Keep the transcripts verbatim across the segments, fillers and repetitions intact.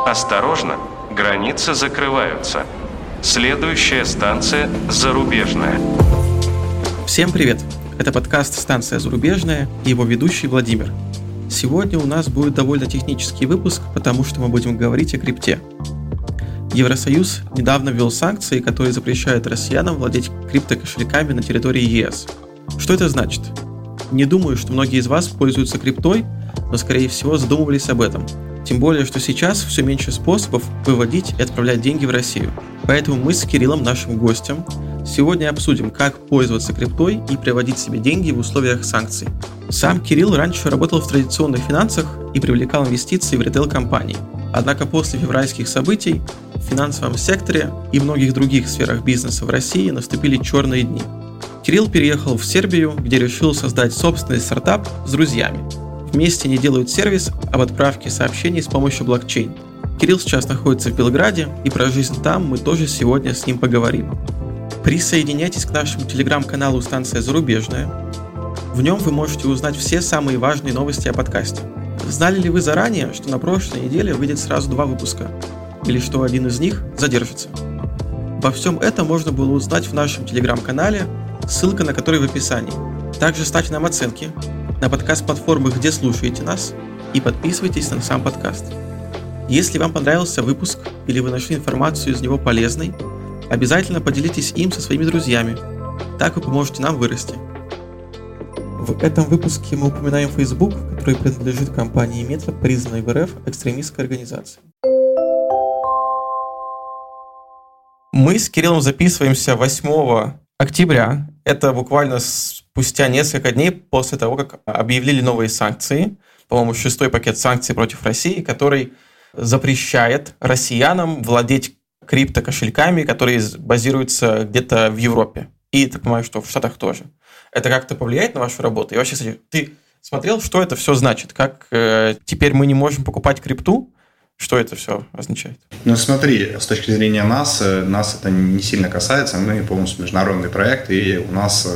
Осторожно, границы закрываются. Следующая станция «Зарубежная». Всем привет! Это подкаст «Станция Зарубежная» и его ведущий Владимир. Сегодня у нас будет довольно технический выпуск, потому что мы будем говорить о крипте. Евросоюз недавно ввел санкции, которые запрещают россиянам владеть криптокошельками на территории ЕС. Что это значит? Не думаю, что многие из вас пользуются криптой, но, скорее всего, задумывались об этом. Тем более, что сейчас все меньше способов выводить и отправлять деньги в Россию. Поэтому мы с Кириллом, нашим гостем, сегодня обсудим, как пользоваться криптой и приводить себе деньги в условиях санкций. Сам Кирилл раньше работал в традиционных финансах и привлекал инвестиции в ритейл-компании. Однако после февральских событий в финансовом секторе и многих других сферах бизнеса в России наступили черные дни. Кирилл переехал в Сербию, где решил создать собственный стартап с друзьями. Вместе они делают сервис об отправке сообщений с помощью блокчейн. Кирилл сейчас находится в Белграде, и про жизнь там мы тоже сегодня с ним поговорим. Присоединяйтесь к нашему телеграм-каналу «Станция Зарубежная». В нем вы можете узнать все самые важные новости о подкасте. Знали ли вы заранее, что на прошлой неделе выйдет сразу два выпуска? Или что один из них задержится? Обо всем этом можно было узнать в нашем телеграм-канале, ссылка на который в описании. Также ставьте нам оценки на подкаст-платформах, где слушаете нас, и подписывайтесь на сам подкаст. Если вам понравился выпуск или вы нашли информацию из него полезной, обязательно поделитесь им со своими друзьями. Так вы поможете нам вырасти. В этом выпуске мы упоминаем Facebook, который принадлежит компании Meta, признанной в РФ экстремистской организацией. Мы с Кириллом записываемся восьмого октября. Это буквально спустя несколько дней после того, как объявили новые санкции. По-моему, шестой пакет санкций против России, который запрещает россиянам владеть криптокошельками, которые базируются где-то в Европе. И, так понимаю, что в Штатах тоже. Это как-то повлияет на вашу работу? И вообще, кстати, ты смотрел, что это все значит? Как э, теперь мы не можем покупать крипту? Что это все означает? Ну смотри, с точки зрения нас, нас это не сильно касается. Мы полностью международный проект, и у нас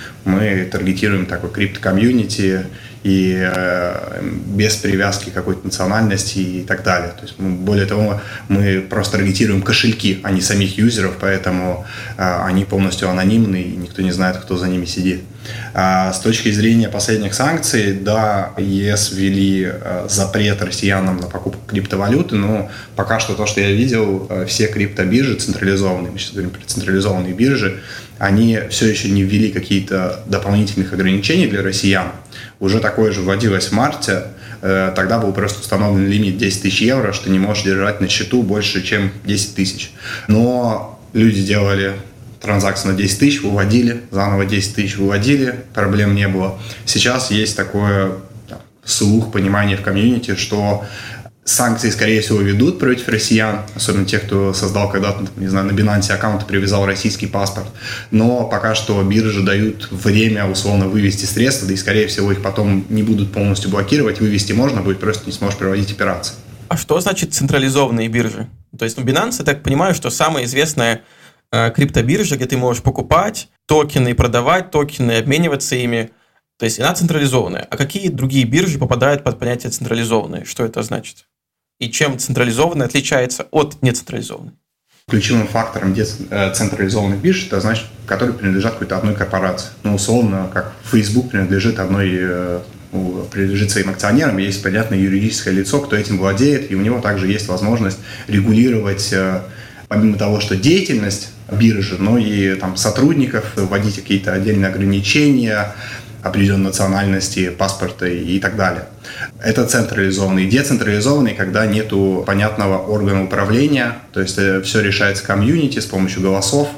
мы таргетируем такой крипто-комьюнити и э, без привязки к какой-то национальности и так далее. То есть, мы, более того, мы просто таргетируем кошельки, а не самих юзеров, поэтому э, они полностью анонимны, и никто не знает, кто за ними сидит. А с точки зрения последних санкций, да, ЕС ввели э, запрет россиянам на покупку криптовалюты, но пока что то, что я видел, э, все криптобиржи централизованные, мы сейчас говорим про централизованные биржи, они все еще не ввели какие-то дополнительных ограничений для россиян. Уже такое же вводилось в марте. Тогда был просто установлен лимит десять тысяч евро, что не можешь держать на счету больше, чем десять тысяч. Но люди делали транзакции на десять тысяч, выводили, заново десять тысяч выводили, проблем не было. Сейчас есть такое там, слух, понимание в комьюнити, что санкции, скорее всего, ведут против россиян, особенно тех, кто создал когда-то, не знаю, на Binance аккаунт и привязал российский паспорт. Но пока что биржи дают время условно вывести средства, да и, скорее всего, их потом не будут полностью блокировать. Вывести можно будет, просто не сможешь проводить операции. А что значит централизованные биржи? То есть, ну, Binance, я так понимаю, что самая известная э, криптобиржа, где ты можешь покупать токены, продавать токены, обмениваться ими. То есть, она централизованная. А какие другие биржи попадают под понятие централизованные? Что это значит? И чем централизованная отличается от нецентрализованной? Ключевым фактором децентрализованных бирж, это значит, которые принадлежат какой-то одной корпорации. Ну, условно, как Facebook принадлежит одной, принадлежит своим акционерам, есть понятное юридическое лицо, кто этим владеет, и у него также есть возможность регулировать, помимо того, что деятельность биржи, но и там сотрудников, вводить какие-то отдельные ограничения, определенной национальности, паспорта и так далее. Это централизованный. Децентрализованный, когда нету понятного органа управления, то есть все решается комьюнити с помощью голосов,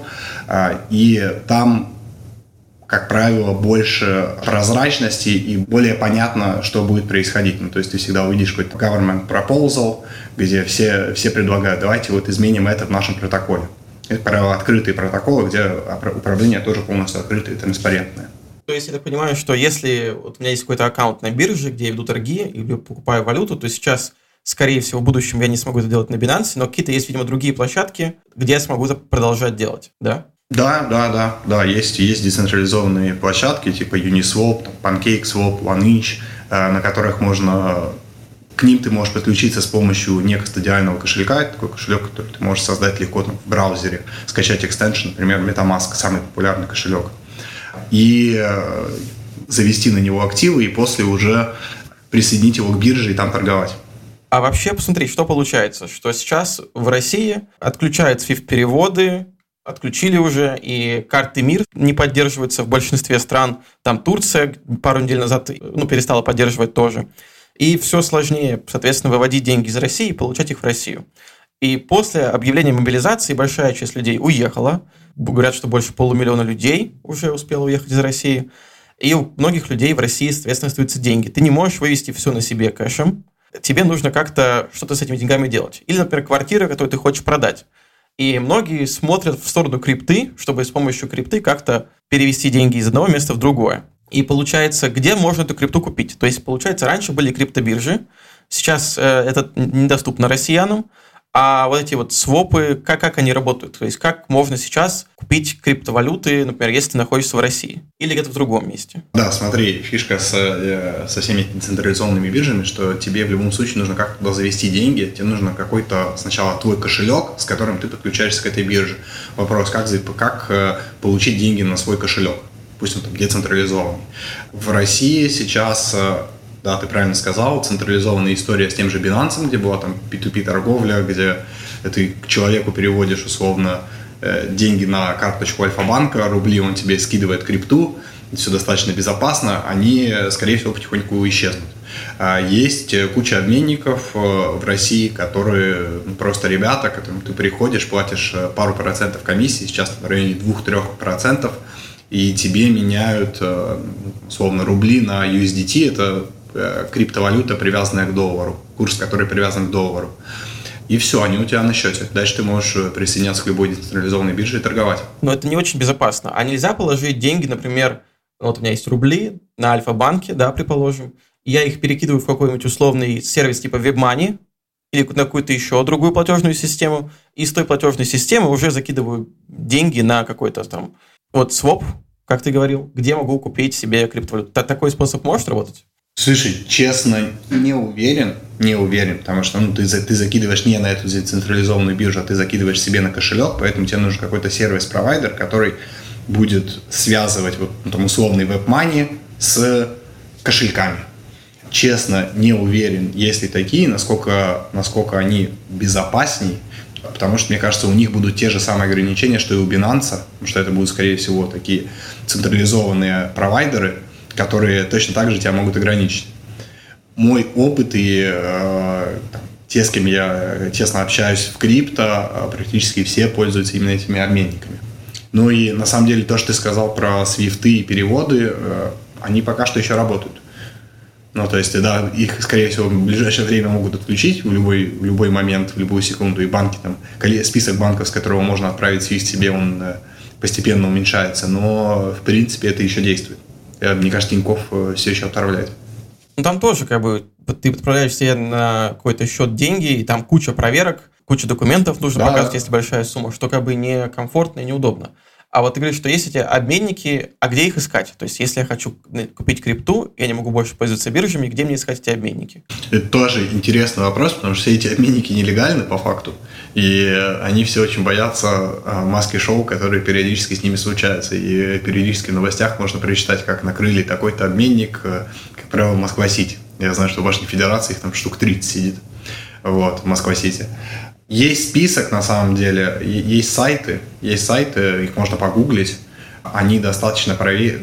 и там, как правило, больше прозрачности и более понятно, что будет происходить. Ну, то есть ты всегда увидишь какой-то government proposal, где все, все предлагают, давайте вот изменим это в нашем протоколе. Это, правило, открытые протоколы, где управление тоже полностью открытое и транспарентное. То есть я так понимаю, что если вот у меня есть какой-то аккаунт на бирже, где я веду торги или покупаю валюту, то сейчас, скорее всего, в будущем я не смогу это делать на Binance, но какие-то есть, видимо, другие площадки, где я смогу это продолжать делать, да? Да, да, да, да, есть, есть децентрализованные площадки типа Uniswap, там, PancakeSwap, OneInch, э, на которых можно К ним ты можешь подключиться с помощью некостадиального кошелька. Это такой кошелек, который ты можешь создать легко там, в браузере, скачать экстеншн, например, MetaMask, самый популярный кошелек, и завести на него активы, и после уже присоединить его к бирже и там торговать. А вообще, посмотри, что получается, что сейчас в России отключают свифт-переводы, отключили уже, и карты МИР не поддерживаются в большинстве стран. Там Турция пару недель назад ну, перестала поддерживать тоже. И все сложнее, соответственно, выводить деньги из России и получать их в Россию. И после объявления мобилизации большая часть людей уехала. Говорят, что больше полумиллиона людей уже успело уехать из России. И у многих людей в России, соответственно, остаются деньги. Ты не можешь вывести все на себе кэшем. Тебе нужно как-то что-то с этими деньгами делать. Или, например, квартира, которую ты хочешь продать. И многие смотрят в сторону крипты, чтобы с помощью крипты как-то перевести деньги из одного места в другое. И получается, где можно эту крипту купить? То есть, получается, раньше были криптобиржи, сейчас э, это недоступно россиянам, а вот эти вот свопы, как, как они работают? То есть, как можно сейчас купить криптовалюты, например, если ты находишься в России или где-то в другом месте? Да, смотри, фишка с, со всеми централизованными биржами, что тебе в любом случае нужно как-то туда завести деньги, тебе нужно какой-то сначала твой кошелек, с которым ты подключаешься к этой бирже. Вопрос, как, как получить деньги на свой кошелек, пусть он там децентрализованный. В России сейчас... Да, ты правильно сказал, централизованная история с тем же Binance, где была там пи ту пи торговля, где ты к человеку переводишь условно деньги на карточку Альфа-банка, рубли он тебе скидывает крипту, все достаточно безопасно, они, скорее всего, потихоньку исчезнут. Есть куча обменников в России, которые просто ребята, к которым ты приходишь, платишь пару процентов комиссии, сейчас в районе двух-трёх процентов, и тебе меняют, условно, рубли на ю эс ди ти, это криптовалюта, привязанная к доллару, курс, который привязан к доллару. И все, они у тебя на счете. Дальше ты можешь присоединяться к любой децентрализованной бирже и торговать. Но это не очень безопасно. А нельзя положить деньги, например, вот у меня есть рубли на Альфа-банке, да, предположим, и я их перекидываю в какой-нибудь условный сервис типа WebMoney или на какую-то еще другую платежную систему, и с той платежной системы уже закидываю деньги на какой-то там вот своп, как ты говорил, где могу купить себе криптовалюту. Такой способ может работать? Слушай, честно, не уверен, не уверен, потому что ну, ты, ты закидываешь не на эту централизованную биржу, а ты закидываешь себе на кошелек, поэтому тебе нужен какой-то сервис-провайдер, который будет связывать вот, ну, там, условный WebMoney с кошельками. Честно, не уверен, есть ли такие, насколько, насколько они безопасней, потому что, мне кажется, у них будут те же самые ограничения, что и у Binance, потому что это будут, скорее всего, такие централизованные провайдеры, которые точно так же тебя могут ограничить. Мой опыт и э, там, те, с кем я тесно общаюсь в крипто, практически все пользуются именно этими обменниками. Ну и на самом деле то, что ты сказал про свифты и переводы, э, они пока что еще работают. Ну, то есть, да, их, скорее всего, в ближайшее время могут отключить в любой, в любой момент, в любую секунду, и банки, там, список банков, с которого можно отправить свифт себе, он постепенно уменьшается, но, в принципе, это еще действует. Мне кажется, Тинькофф все еще отправляет. Ну, там тоже, как бы, ты отправляешь себе на какой-то счет деньги, и там куча проверок, куча документов нужно да. показывать, если большая сумма, что как бы некомфортно и неудобно. А вот ты говоришь, что есть эти обменники, а где их искать? То есть, если я хочу купить крипту, я не могу больше пользоваться биржами, где мне искать эти обменники? Это тоже интересный вопрос, потому что все эти обменники нелегальны по факту, и они все очень боятся маски-шоу, которые периодически с ними случаются. И периодически в новостях можно прочитать, как накрыли такой-то обменник, как правило, Москва-Сити. Я знаю, что в Башне Федерации их там штук тридцать сидит, вот, в Москва-Сити. Есть список, на самом деле, есть сайты, есть сайты, их можно погуглить, они достаточно проверены,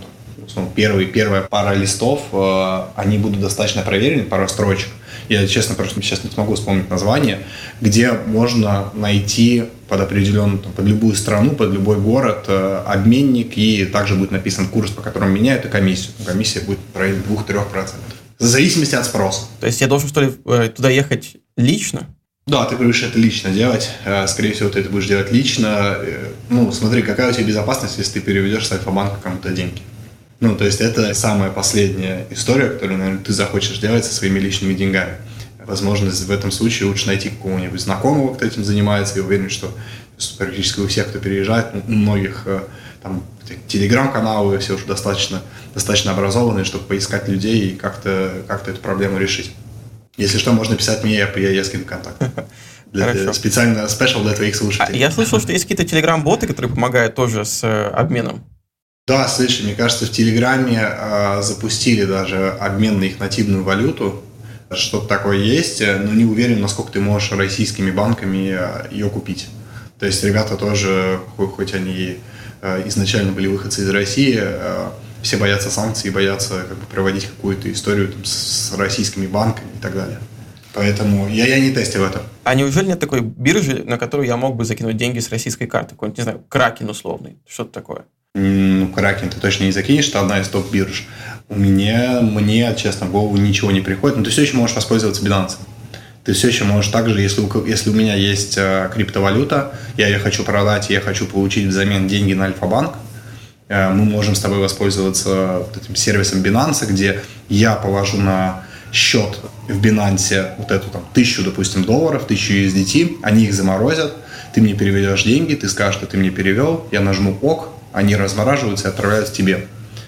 ну, первые, первая пара листов, они будут достаточно проверены, пара строчек, я, честно, просто сейчас не смогу вспомнить название, где можно найти под определенную, под любую страну, под любой город обменник, и также будет написан курс, по которому меняют, и комиссию. Комиссия будет в районе двух-трёх процентов, в зависимости от спроса. То есть я должен, что ли, туда ехать лично? Да, ты будешь это лично делать. Скорее всего, ты это будешь делать лично. Ну, смотри, какая у тебя безопасность, если ты переведешь с Альфа-банка кому-то деньги. Ну, то есть это самая последняя история, которую, наверное, ты захочешь делать со своими личными деньгами. Возможно, в этом случае лучше найти какого-нибудь знакомого, кто этим занимается. Я уверен, что практически у всех, кто переезжает, у многих там телеграм-каналы, все уже достаточно, достаточно образованные, чтобы поискать людей и как-то, как-то эту проблему решить. Если что, можно писать мне, я, я, я скину контакт. Для, специально спешл для твоих слушателей. А я слышал, что есть какие-то телеграм-боты, которые помогают тоже с э, обменом. Да, слышали, мне кажется, в Телеграме э, запустили даже обмен на их нативную валюту. Что-то такое есть, но не уверен, насколько ты можешь российскими банками э, ее купить. То есть ребята тоже, хоть они э, изначально были выходцы из России, э, все боятся санкций, боятся как бы, проводить какую-то историю там, с, с российскими банками и так далее. Поэтому я, я не тестил это. А неужели нет такой биржи, на которую я мог бы закинуть деньги с российской карты? Какой-нибудь, не знаю, Кракен условный, что-то такое? Ну, Кракен ты точно не закинешь, это одна из топ-бирж. У меня, мне, честно, в голову ничего не приходит. Но ты все еще можешь воспользоваться Binance. Ты все еще можешь также, если у, если у меня есть э, криптовалюта, я ее хочу продать, я хочу получить взамен деньги на Альфа-банк, э, мы можем с тобой воспользоваться вот этим сервисом Binance, где я положу на счет в Binance вот эту там тысячу, допустим, долларов, тысячу ю эс ди ти, они их заморозят, ты мне переведешь деньги, ты скажешь, что ты мне перевел, я нажму ок, они размораживаются и отправляются тебе.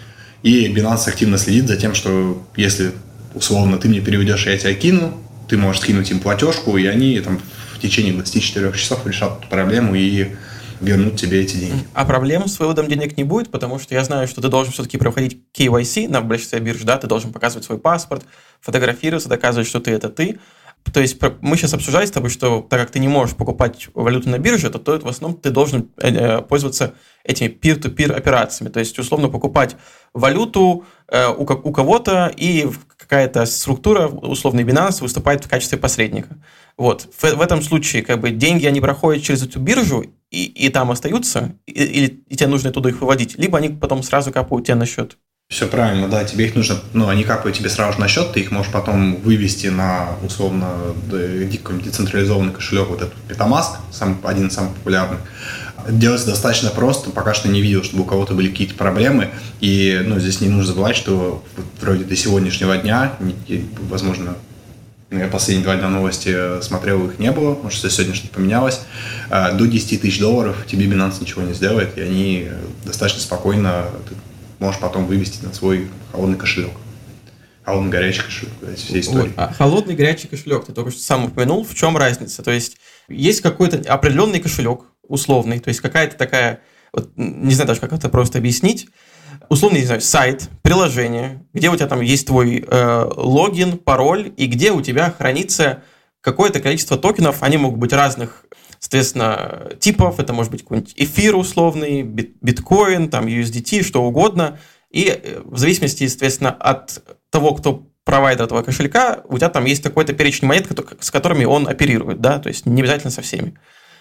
И Binance активно следит за тем, что если условно ты мне переведешь, я тебя кину, ты можешь скинуть им платежку, и они там в течение двадцати четырёх часов решат эту проблему и вернут тебе эти деньги. А проблем с выводом денег не будет, потому что я знаю, что ты должен все-таки проходить кей вай си на большинстве бирж, да, ты должен показывать свой паспорт, фотографироваться, доказывать, что ты это ты. То есть мы сейчас обсуждали с тобой, что так как ты не можешь покупать валюту на бирже, то, то в основном ты должен пользоваться этими peer-to-peer операциями. То есть условно покупать валюту у, у кого-то, и какая-то структура, условный Binance, выступает в качестве посредника. Вот. В, в этом случае как бы деньги, они проходят через эту биржу и, и там остаются, и, или и тебе нужно оттуда их выводить, либо они потом сразу капают тебе на счет. Все правильно, да, тебе их нужно, ну, они капают тебе сразу же на счет, ты их можешь потом вывести на, условно, какой-нибудь децентрализованный кошелек, вот этот MetaMask, сам, один из самых популярных. Делается достаточно просто, пока что не видел, чтобы у кого-то были какие-то проблемы, и, ну, здесь не нужно забывать, что вроде до сегодняшнего дня, возможно, ну, я последние два дня новости смотрел, их не было, может, что сегодня что-то поменялось, до десяти тысяч долларов тебе Binance ничего не сделает, и они достаточно спокойно можешь потом вывести на свой холодный кошелек. Холодный горячий кошелек, эти все истории. А холодный горячий кошелек, ты только что сам упомянул, в чем разница? То есть есть какой-то определенный кошелек, условный, то есть какая-то такая, вот, не знаю даже, как это просто объяснить, условный, не знаю, сайт, приложение, где у тебя там есть твой э, логин, пароль, и где у тебя хранится какое-то количество токенов, они могут быть разных, соответственно, типов, это может быть какой-нибудь эфир условный, биткоин, там, ю эс ди ти, что угодно, и в зависимости, естественно, от того, кто провайдер этого кошелька, у тебя там есть какой-то перечень монет, с которыми он оперирует, да, то есть не обязательно со всеми.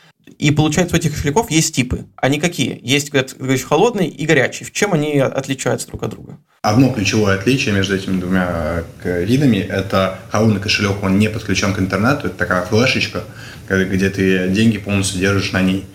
И получается, у этих кошельков есть типы. Они какие? Есть, как ты говоришь, холодный и горячий. В чем они отличаются друг от друга? Одно ключевое отличие между этими двумя видами – это холодный кошелек, он не подключен к интернету, это такая флешечка, где ты деньги полностью держишь на ней.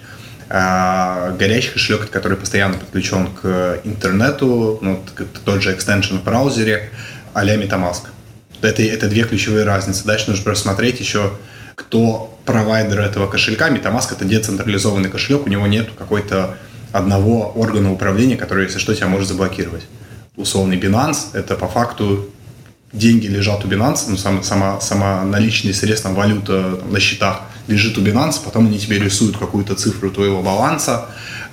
А горячий кошелек, который постоянно подключен к интернету, ну, тот же экстеншн в браузере, а-ля MetaMask. Это, это две ключевые разницы. Дальше нужно просто смотреть еще, кто провайдер этого кошелька. MetaMask – это децентрализованный кошелек, у него нет какой-то одного органа управления, который, если что, тебя может заблокировать. Условный Binance – это по факту деньги лежат у Binance, ну, сама, сама, сама наличные средства, валюта там, на счетах лежит у Binance, потом они тебе рисуют какую-то цифру твоего баланса,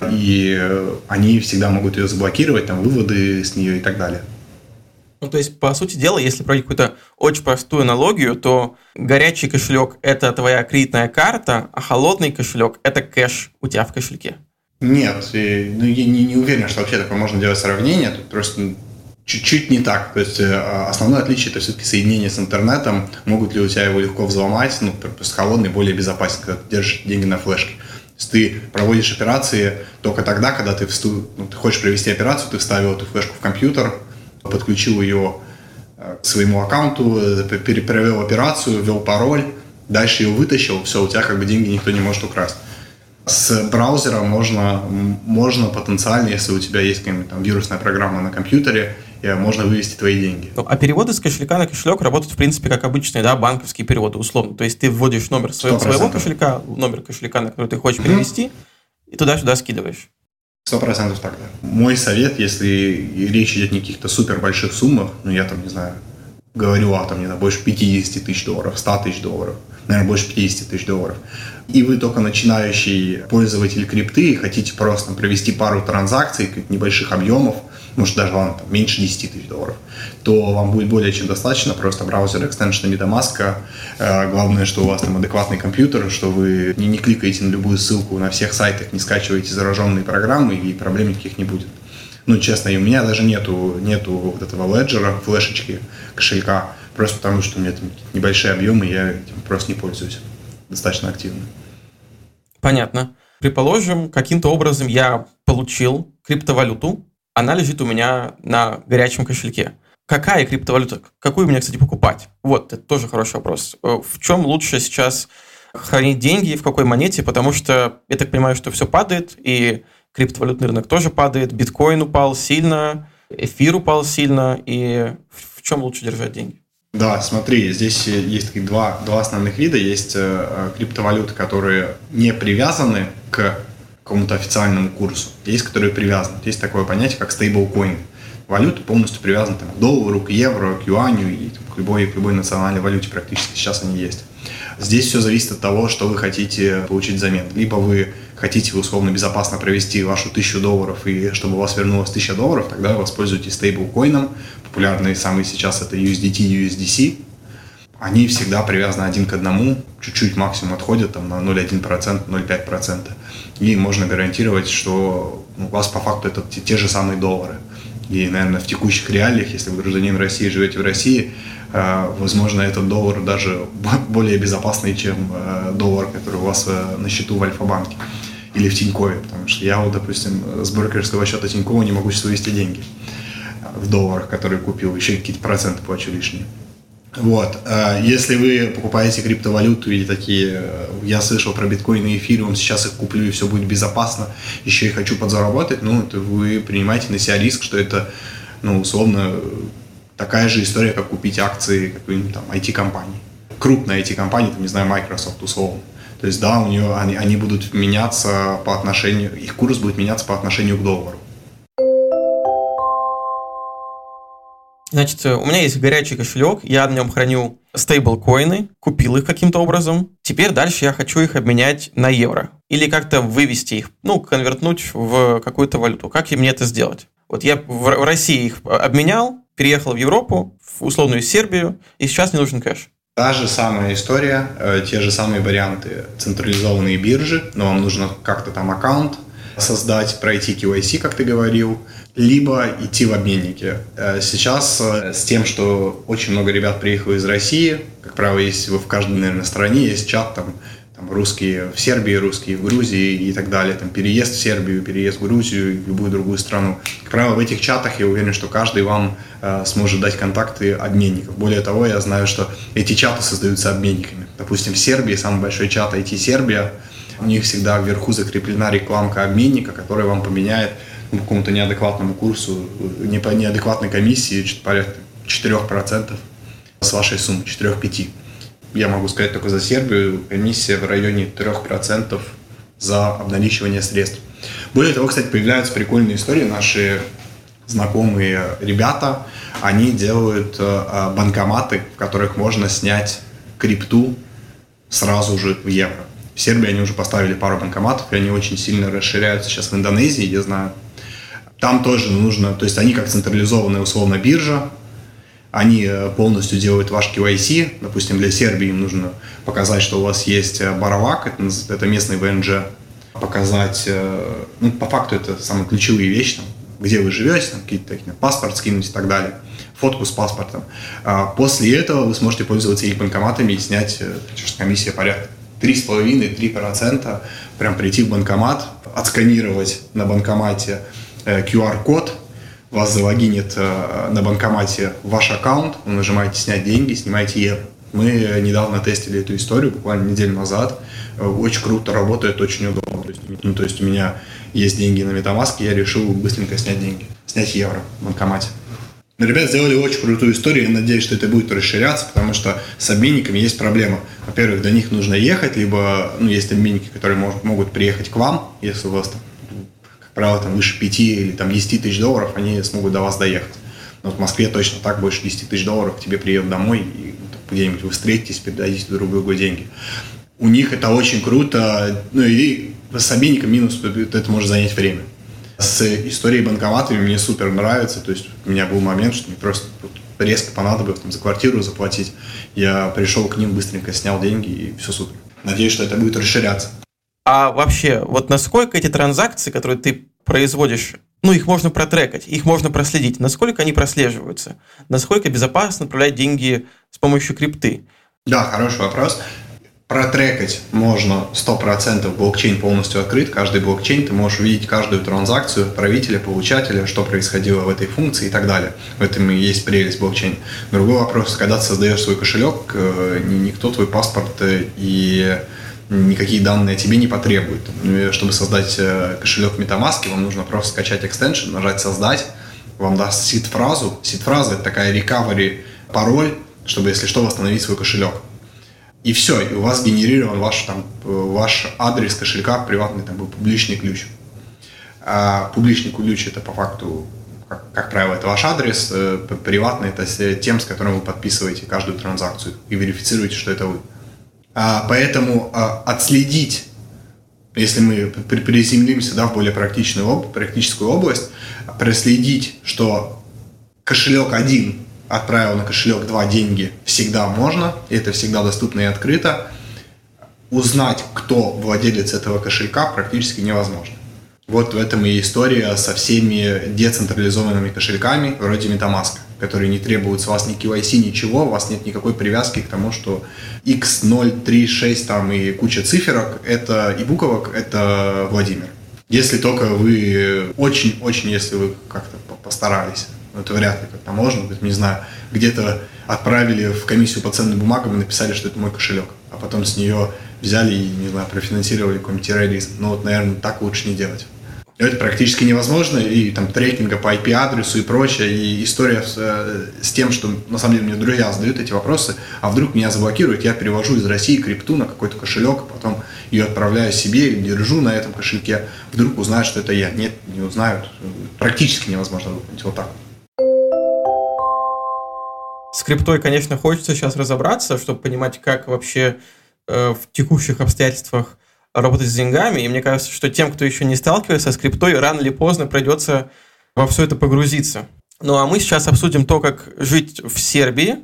и они всегда могут ее заблокировать, там, выводы с нее и так далее. Ну, то есть, по сути дела, если проводить какую-то очень простую аналогию, то горячий кошелек – это твоя кредитная карта, а холодный кошелек – это кэш у тебя в кошельке. Нет, и, ну, я не, не уверен, что вообще такое можно делать сравнение, тут просто чуть-чуть не так. То есть основное отличие – это все-таки соединение с интернетом. Могут ли у тебя его легко взломать? Ну, просто холодный более безопасен, когда ты держишь деньги на флешке. То есть ты проводишь операции только тогда, когда ты, всту... ну, ты хочешь провести операцию, ты вставил эту флешку в компьютер, подключил ее к своему аккаунту, провел операцию, ввел пароль, дальше ее вытащил, все, у тебя как бы деньги никто не может украсть. С браузера можно, можно потенциально, если у тебя есть какая-нибудь там вирусная программа на компьютере, можно вывести твои деньги. А переводы с кошелька на кошелек работают, в принципе, как обычные, да, банковские переводы, условно. То есть ты вводишь номер своего, своего кошелька, номер кошелька, на который ты хочешь mm-hmm. перевести, и туда-сюда скидываешь. Сто процентов так, да. Мой совет, если речь идет не о каких-то супер больших суммах, ну я там, не знаю, говорю, а там, не знаю, больше пятьдесят тысяч долларов, сто тысяч долларов, наверное, больше пятьдесят тысяч долларов, и вы только начинающий пользователь крипты и хотите просто провести пару транзакций, небольших объемов, может даже ладно, там, меньше десять тысяч долларов, то вам будет более чем достаточно просто браузер экстеншена MetaMask. Главное, что у вас там адекватный компьютер, что вы не, не кликаете на любую ссылку на всех сайтах, не скачиваете зараженные программы, и проблем никаких не будет. Ну, честно, и у меня даже нету, нету вот этого леджера, флешечки, кошелька, просто потому что у меня там небольшие объемы, я этим просто не пользуюсь достаточно активно. Понятно. Предположим, каким-то образом я получил криптовалюту, она лежит у меня на горячем кошельке. Какая криптовалюта? Какую мне, кстати, покупать? Вот, это тоже хороший вопрос. В чем лучше сейчас хранить деньги, в какой монете? Потому что я так понимаю, что все падает, и криптовалютный рынок тоже падает. Биткоин упал сильно, эфир упал сильно. И в чем лучше держать деньги? Да, смотри, здесь есть такие два, два основных вида. Есть криптовалюты, которые не привязаны к какому-то официальному курсу. Есть, которые привязаны. Есть такое понятие, как стейблкоин. Валюта полностью привязана там, к доллару, к евро, к юаню и там, к, любой, к любой национальной валюте практически сейчас они есть. Здесь все зависит от того, что вы хотите получить взамен. Либо вы хотите условно безопасно провести вашу тысячу долларов, и чтобы у вас вернулось тысяча долларов, тогда вы воспользуетесь стейблкоином. Популярные самые сейчас это ю эс ди ти, ю эс ди си. Они всегда привязаны один к одному, чуть-чуть максимум отходят там, на ноль целых одна десятая процента, ноль целых пять десятых процента. И можно гарантировать, что у вас по факту это те, те же самые доллары. И, наверное, в текущих реалиях, если вы гражданин России, живете в России, возможно, этот доллар даже более безопасный, чем доллар, который у вас на счету в Альфа-банке или в Тинькове. Потому что я, вот, допустим, с брокерского счета Тинькова не могу сейчас вывести деньги в долларах, которые купил, еще какие-то проценты плачу лишние. Вот. Если вы покупаете криптовалюту или такие, я слышал про биткоин и эфириум, сейчас их куплю и все будет безопасно, еще и хочу подзаработать, ну, то вы принимаете на себя риск, что это, ну, условно, такая же история, как купить акции какой-нибудь там ай ти-компании. Крупная ай ти-компания, там, не знаю, Microsoft условно. То есть, да, у нее, они, они будут меняться по отношению, их курс будет меняться по отношению к доллару. Значит, у меня есть горячий кошелек, я на нем храню стейблкоины, купил их каким-то образом. Теперь дальше я хочу их обменять на евро. Или как-то вывести их, ну, конвертнуть в какую-то валюту. Как мне это сделать? Вот я в России их обменял, переехал в Европу, в условную Сербию, и сейчас мне нужен кэш. Та же самая история, те же самые варианты, централизованные биржи, но вам нужно как-то там аккаунт создать, пройти кей вай си, как ты говорил, либо идти в обменники. Сейчас с тем, что очень много ребят приехало из России, как правило, есть в каждой, наверное, стране есть чат, там, там русские в Сербии, русские в Грузии и так далее, там переезд в Сербию, переезд в Грузию и в любую другую страну. Как правило, в этих чатах я уверен, что каждый вам э, сможет дать контакты обменников. Более того, я знаю, что эти чаты создаются обменниками. Допустим, в Сербии самый большой чат ай ти Сербия, у них всегда вверху закреплена рекламка обменника, которая вам поменяет по какому-то неадекватному курсу, не по неадекватной комиссии, порядка четыре процента с вашей суммы, четыре-пять. Я могу сказать только за Сербию, комиссия в районе три процента за обналичивание средств. Более того, кстати, появляются прикольные истории. Наши знакомые ребята, они делают банкоматы, в которых можно снять крипту сразу же в евро. В Сербии они уже поставили пару банкоматов, и они очень сильно расширяются сейчас в Индонезии, я знаю. Там тоже нужно, то есть они как централизованная условно биржа, они полностью делают ваш кей вай си, допустим, для Сербии им нужно показать, что у вас есть Боровак, это, это местный вэ эн джэ, показать, ну, по факту это самые ключевые вещи, там, где вы живете, там, какие-то такие, паспорт скинуть и так далее, фотку с паспортом. После этого вы сможете пользоваться их банкоматами и снять, комиссия порядка три с половиной - три процента, прям прийти в банкомат, отсканировать на банкомате ку ар-код, вас залогинит на банкомате в ваш аккаунт, вы нажимаете «Снять деньги», снимаете евро. Мы недавно тестили эту историю, буквально неделю назад. Очень круто работает, очень удобно. То есть, ну, то есть у меня есть деньги на MetaMask, я решил быстренько снять деньги, снять евро в банкомате. Но ребята сделали очень крутую историю, я надеюсь, что это будет расширяться, потому что с обменниками есть проблема. Во-первых, до них нужно ехать, либо ну, есть обменники, которые мож, могут приехать к вам, если у вас, там, как правило, там, выше пяти или там, десять тысяч долларов, они смогут до вас доехать. Но в Москве точно так, больше десять тысяч долларов к тебе приедут домой, и где-нибудь вы встретитесь, передадите друг другу деньги. У них это очень круто, ну и с обменником минус, это может занять время. С историей банкоматами мне супер нравится, то есть у меня был момент, что мне просто резко понадобилось там, за квартиру заплатить. Я пришел к ним, быстренько снял деньги, и все супер. Надеюсь, что это будет расширяться. А вообще, вот насколько эти транзакции, которые ты производишь, ну, их можно протрекать, их можно проследить, насколько они прослеживаются, насколько безопасно отправлять деньги с помощью крипты? Да, хороший вопрос. Протрекать можно сто процентов, блокчейн полностью открыт, каждый блокчейн, ты можешь увидеть каждую транзакцию отправителя, получателя, что происходило в этой функции и так далее. В этом и есть прелесть блокчейна. Другой вопрос, когда ты создаешь свой кошелек, никто твой паспорт и никакие данные о тебе не потребует. Чтобы создать кошелек MetaMask, вам нужно просто скачать экстеншн, нажать «Создать», вам даст сид-фразу. Сид-фраза – это такая recovery пароль, чтобы, если что, восстановить свой кошелек. И все, и у вас генерирован ваш, там, ваш адрес кошелька, приватный там был публичный ключ. А публичный ключ – это по факту, как, как правило, это ваш адрес, приватный – это тем, с которым вы подписываете каждую транзакцию и верифицируете, что это вы. А, поэтому а, отследить, если мы приземлимся да, в более практичную, об, практическую область, проследить, что кошелек один отправил на кошелек два деньги всегда можно, и это всегда доступно и открыто. Узнать, кто владелец этого кошелька, практически невозможно. Вот в этом и история со всеми децентрализованными кошельками, вроде MetaMask, которые не требуют с вас ни кей вай си, ничего, у вас нет никакой привязки к тому, что икс ноль три шесть там и куча циферок это, и буквок – это Владимир. Если только вы очень-очень, если вы как-то постарались. Это вряд ли как-то можно, не знаю, где-то отправили в комиссию по ценным бумагам и написали, что это мой кошелек, а потом с нее взяли и, не знаю, профинансировали какой-нибудь терроризм. Ну вот, наверное, так лучше не делать. Это практически невозможно, и там трекинга по ай пи-адресу и прочее, и история с, с тем, что, на самом деле, мне друзья задают эти вопросы, а вдруг меня заблокируют, я перевожу из России крипту на какой-то кошелек, потом ее отправляю себе, держу на этом кошельке, вдруг узнают, что это я. Нет, не узнают. Практически невозможно выполнить вот так. С криптой, конечно, хочется сейчас разобраться, чтобы понимать, как вообще э, в текущих обстоятельствах работать с деньгами. И мне кажется, что тем, кто еще не сталкивается с криптой, рано или поздно придется во все это погрузиться. Ну а мы сейчас обсудим то, как жить в Сербии.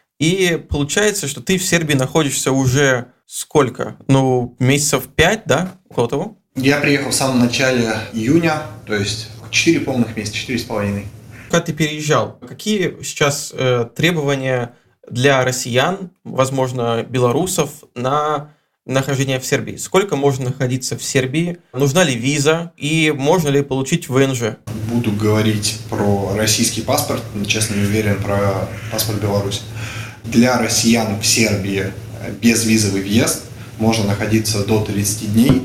И получается, что ты в Сербии находишься уже сколько? Ну, месяцев пять, да? Около того? Я приехал в самом начале июня, то есть четыре полных месяца, четыре с половиной. Когда ты переезжал, какие сейчас э, требования для россиян, возможно, белорусов, на нахождение в Сербии? Сколько можно находиться в Сербии? Нужна ли виза? И можно ли получить вэ эн жэ? Буду говорить про российский паспорт, честно не уверен про паспорт Беларуси. Для россиян в Сербии безвизовый въезд, можно находиться до тридцати дней.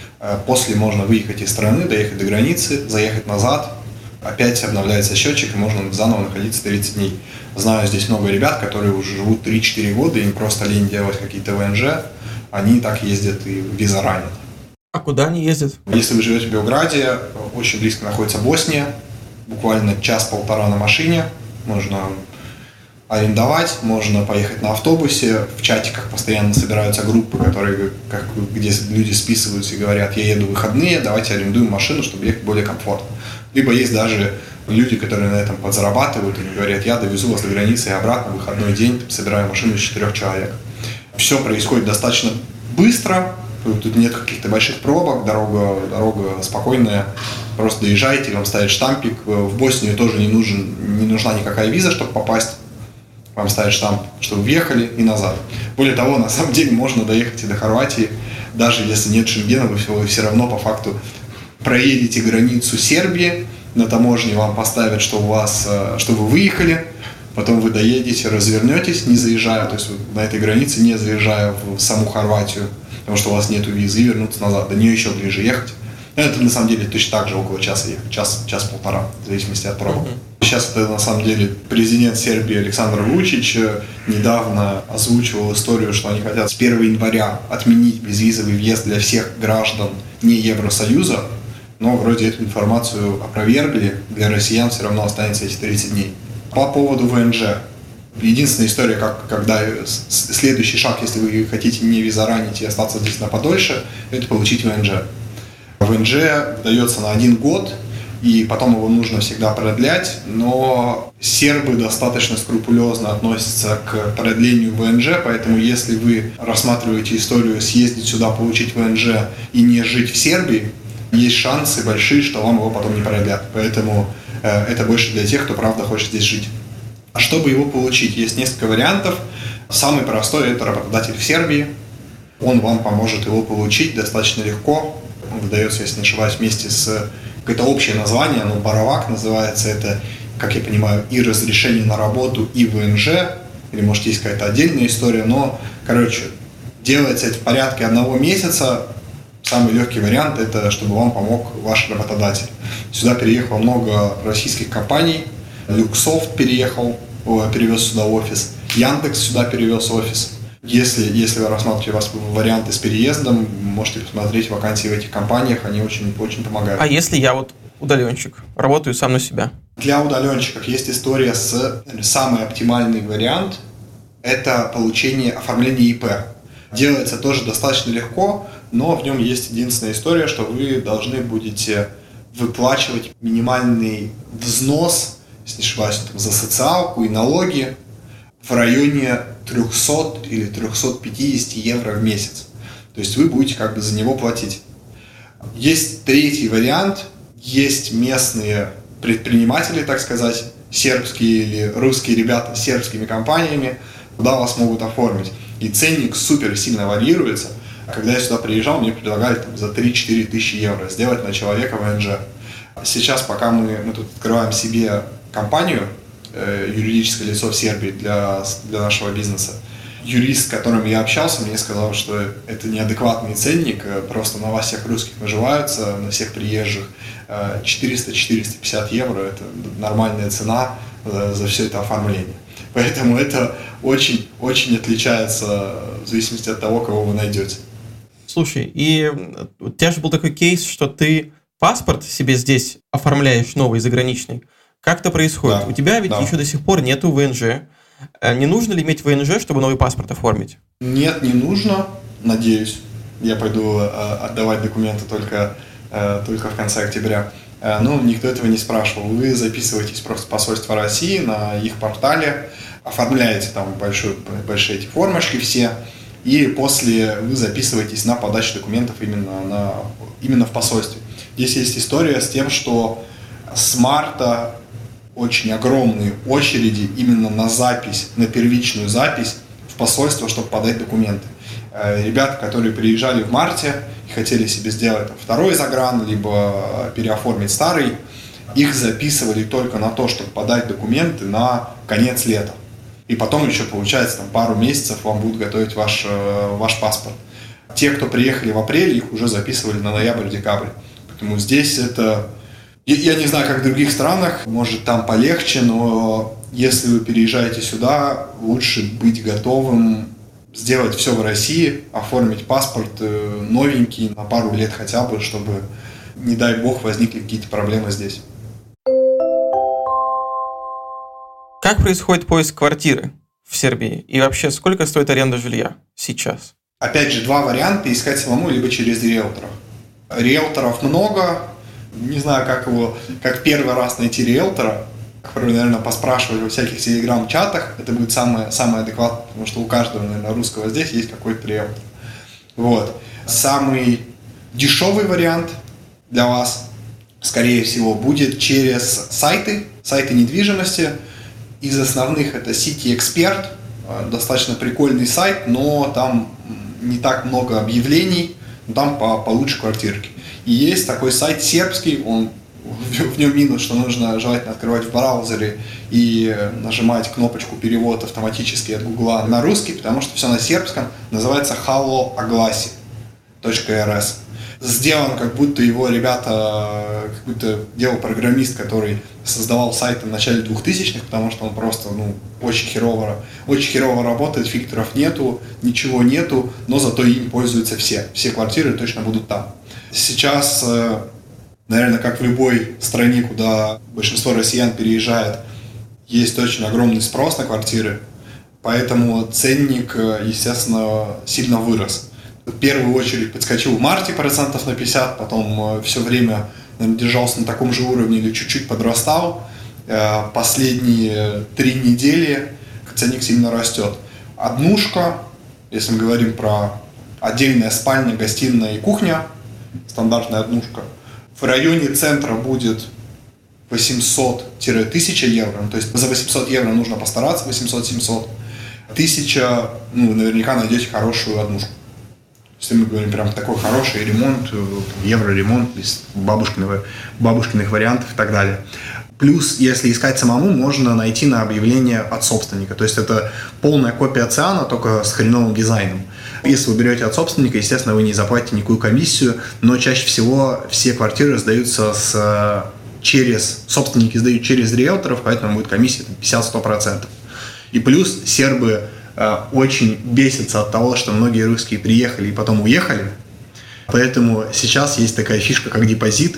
После можно выехать из страны, доехать до границы, заехать назад. Опять обновляется счетчик, и можно заново находиться тридцать дней. Знаю здесь много ребят, которые уже живут три-четыре года, им просто лень делать какие-то вэ эн жэ, они так ездят и виза ранят. А куда они ездят? Если вы живете в Белграде, очень близко находится Босния, буквально час-полтора на машине, можно арендовать, можно поехать на автобусе, в чатиках постоянно собираются группы, которые, как, где люди списываются и говорят, я еду в выходные, давайте арендуем машину, чтобы ехать более комфортно. Либо есть даже люди, которые на этом подзарабатывают, и говорят, я довезу вас до границы и обратно в выходной день, собираю машину из четырех человек. Все происходит достаточно быстро, тут нет каких-то больших пробок, дорога, дорога спокойная, просто доезжаете, вам ставят штампик. В Боснию тоже не, нужен, не нужна никакая виза, чтобы попасть. Вам ставят штамп, что вы въехали и назад. Более того, на самом деле можно доехать и до Хорватии, даже если нет Шенгена, вы все, вы все равно по факту проедете границу Сербии, на таможне вам поставят, что у вас, что вы выехали, потом вы доедете, развернетесь, не заезжая, то есть на этой границе, не заезжая в саму Хорватию, потому что у вас нет визы, и вернуться назад, до нее еще ближе ехать. Это на самом деле точно так же около часа ехать, час, час-полтора, в зависимости от пробок. Mm-hmm. Сейчас это на самом деле президент Сербии Александр Вучич недавно озвучивал историю, что они хотят с первого января отменить безвизовый въезд для всех граждан не Евросоюза, но вроде эту информацию опровергли, для россиян все равно останется эти тридцать дней. По поводу ВНЖ. Единственная история, как, когда следующий шаг, если вы хотите не визаранить и остаться здесь на подольше, это получить ВНЖ. ВНЖ дается на один год, и потом его нужно всегда продлять, но сербы достаточно скрупулезно относятся к продлению ВНЖ, поэтому если вы рассматриваете историю съездить сюда, получить ВНЖ и не жить в Сербии, есть шансы большие, что вам его потом не продлят. Поэтому э, это больше для тех, кто правда хочет здесь жить. А чтобы его получить, есть несколько вариантов. Самый простой – это работодатель в Сербии. Он вам поможет его получить достаточно легко. Он выдается, если не ошибаюсь, вместе с какое-то общее название, оно Боровак называется. Это, как я понимаю, и разрешение на работу, и ВНЖ. Или, может, есть какая-то отдельная история. Но, короче, делается это в порядке одного месяца. Самый легкий вариант – это чтобы вам помог ваш работодатель. Сюда переехало много российских компаний. Люксофт переехал, перевез сюда офис. Яндекс сюда перевез офис. Если, если вы рассматриваете у вас варианты с переездом, можете посмотреть вакансии в этих компаниях, они очень, очень помогают. А если я вот удаленщик, работаю сам на себя? Для удаленщиков есть история с самый оптимальный вариант – это получение оформления ИП. Делается тоже достаточно легко, но в нем есть единственная история, что вы должны будете выплачивать минимальный взнос, если не ошибаюсь, за социалку и налоги в районе триста или триста пятьдесят евро в месяц. То есть вы будете как бы за него платить. Есть третий вариант. Есть местные предприниматели, так сказать, сербские или русские ребята с сербскими компаниями, куда вас могут оформить. И ценник супер сильно варьируется. Когда я сюда приезжал, мне предлагали там, за три-четыре тысячи евро сделать на человека ВНЖ. Сейчас, пока мы, мы тут открываем себе компанию, э, юридическое лицо в Сербии для, для нашего бизнеса, юрист, с которым я общался, мне сказал, что это неадекватный ценник, просто на вас всех русских наживаются, на всех приезжих. четыреста-четыреста пятьдесят евро – это нормальная цена за все это оформление. Поэтому это очень-очень отличается в зависимости от того, кого вы найдете. Слушай, и у тебя же был такой кейс, что ты паспорт себе здесь оформляешь новый, заграничный. Как это происходит? Да, у тебя ведь да. еще до сих пор нету ВНЖ. Не нужно ли иметь ВНЖ, чтобы новый паспорт оформить? Нет, не нужно, надеюсь. Я пойду отдавать документы только, только в конце октября. Но никто этого не спрашивал. Вы записываетесь просто в посольство России на их портале, оформляете там большой, большие эти формочки все, и после вы записываетесь на подачу документов именно, на, именно в посольстве. Здесь есть история с тем, что с марта очень огромные очереди именно на запись, на первичную запись в посольство, чтобы подать документы. Ребята, которые приезжали в марте и хотели себе сделать там, второй загран, либо переоформить старый, их записывали только на то, чтобы подать документы на конец лета. И потом еще, получается, там, пару месяцев вам будут готовить ваш, ваш паспорт. Те, кто приехали в апреле, их уже записывали на ноябрь-декабрь. Поэтому здесь это... Я не знаю, как в других странах, может там полегче, но если вы переезжаете сюда, лучше быть готовым сделать все в России, оформить паспорт новенький на пару лет хотя бы, чтобы, не дай бог, возникли какие-то проблемы здесь. Как происходит поиск квартиры в Сербии? И вообще, сколько стоит аренда жилья сейчас? Опять же, два варианта: искать самому, либо через риэлторов. Риэлторов много. Не знаю, как его, как первый раз найти риэлтора. Наверное, поспрашивать во всяких телеграм-чатах. Это будет самое, самое адекватное, потому что у каждого, наверное, русского здесь есть какой-то риэлтор. Вот. Самый дешевый вариант для вас, скорее всего, будет через сайты, сайты недвижимости. Из основных это City Expert, достаточно прикольный сайт, но там не так много объявлений, но там по, получше квартирки. И есть такой сайт сербский, он, в нем минус, что нужно желательно открывать в браузере и нажимать кнопочку перевод автоматически от Гугла на русский, потому что все на сербском, называется halo aglasi точка эр эс. Сделан как будто его ребята, как будто делал программист, который создавал сайты в начале двухтысячных, потому что он просто ну, очень херово, очень херово работает, фильтров нету, ничего нету, но зато им пользуются все. Все квартиры точно будут там. Сейчас, наверное, как в любой стране, куда большинство россиян переезжает, есть очень огромный спрос на квартиры, поэтому ценник, естественно, сильно вырос. В первую очередь подскочил в марте процентов на пятьдесят, потом все время, наверное, держался на таком же уровне или чуть-чуть подрастал. Последние три недели ценник сильно растет. Однушка, если мы говорим про отдельная спальня, гостиная и кухня, стандартная однушка, в районе центра будет восемьсот - тысяча евро. То есть за восемьсот евро нужно постараться, восемьсот-семьсот. Тысяча, ну, вы наверняка найдете хорошую однушку. Если мы говорим прям такой хороший ремонт, евроремонт, из бабушкиных, бабушкиных вариантов и так далее. Плюс, если искать самому, можно найти на объявление от собственника. То есть это полная копия циана, только с хреновым дизайном. Если вы берете от собственника, естественно, вы не заплатите никакую комиссию, но чаще всего все квартиры сдаются с, через, собственники сдают через риэлторов, поэтому будет комиссия пятьдесят - сто процентов. И плюс сербы э, очень бесятся от того, что многие русские приехали и потом уехали. Поэтому сейчас есть такая фишка, как депозит.